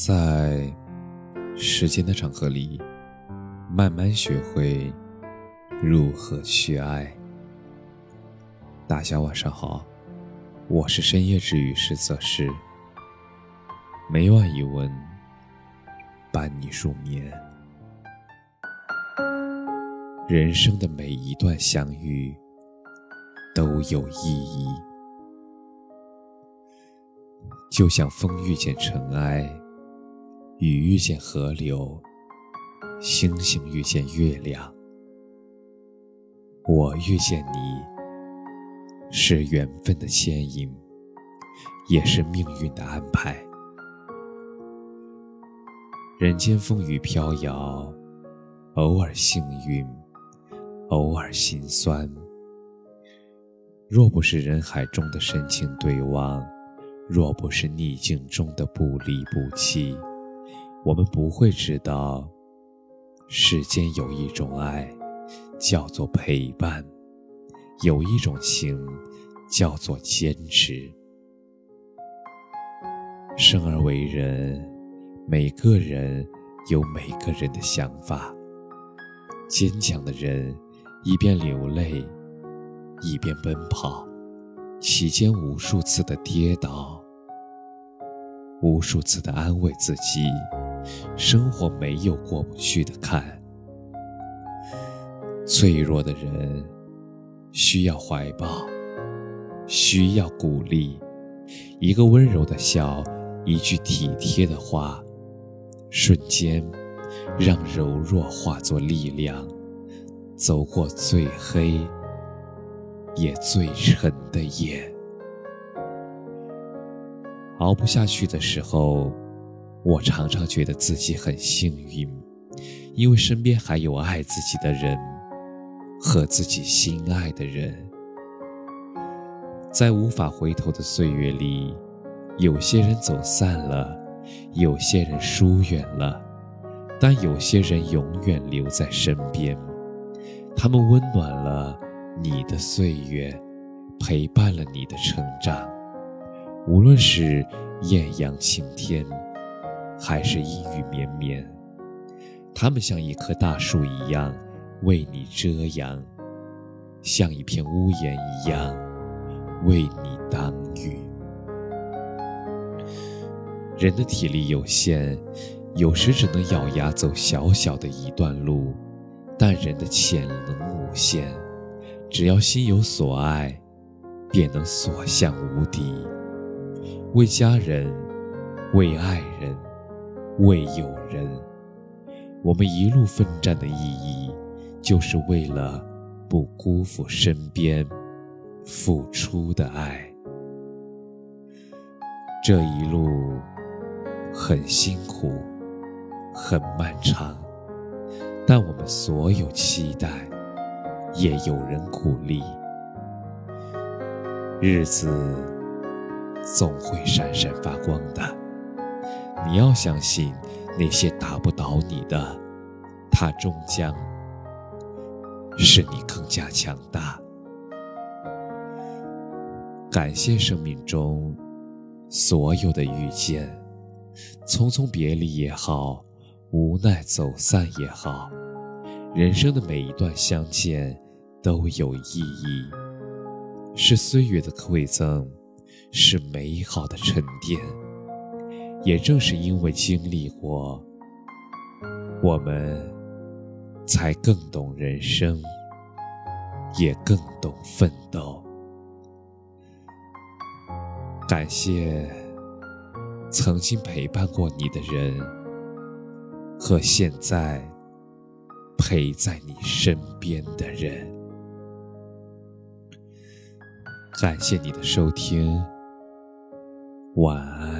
在时间的长河里，慢慢学会如何去爱。大家晚上好，我是深夜治愈师则是每晚一文伴你入眠。人生的每一段相遇都有意义，就像风遇见尘埃，雨遇见河流，星星遇见月亮。我遇见你，是缘分的牵引，也是命运的安排。人间风雨飘摇，偶尔幸运，偶尔心酸。若不是人海中的深情对望，若不是逆境中的不离不弃，我们不会知道世间有一种爱叫做陪伴，有一种情叫做坚持。生而为人，每个人有每个人的想法。坚强的人一边流泪一边奔跑，其间无数次的跌倒，无数次的安慰自己，生活没有过不去的坎。脆弱的人需要怀抱，需要鼓励，一个温柔的笑，一句体贴的话，瞬间让柔弱化作力量，走过最黑也最沉的夜。熬不下去的时候，我常常觉得自己很幸运，因为身边还有爱自己的人和自己心爱的人。在无法回头的岁月里，有些人走散了，有些人疏远了，但有些人永远留在身边。他们温暖了你的岁月，陪伴了你的成长。无论是艳阳晴天，还是阴雨绵绵，他们像一棵大树一样为你遮阳，像一片屋檐一样为你挡雨。人的体力有限，有时只能咬牙走小小的一段路，但人的潜能无限，只要心有所爱，便能所向无敌。为家人，为爱人，为友人，我们一路奋战的意义，就是为了不辜负身边付出的爱。这一路很辛苦，很漫长，但我们所有期待也有人鼓励。日子总会闪闪发光的，你要相信那些打不倒你的，它终将使你更加强大。感谢生命中所有的遇见，匆匆别离也好，无奈走散也好，人生的每一段相见都有意义，是岁月的馈赠，是美好的沉淀。也正是因为经历过，我们才更懂人生，也更懂奋斗。感谢曾经陪伴过你的人，和现在陪在你身边的人。感谢你的收听，晚安。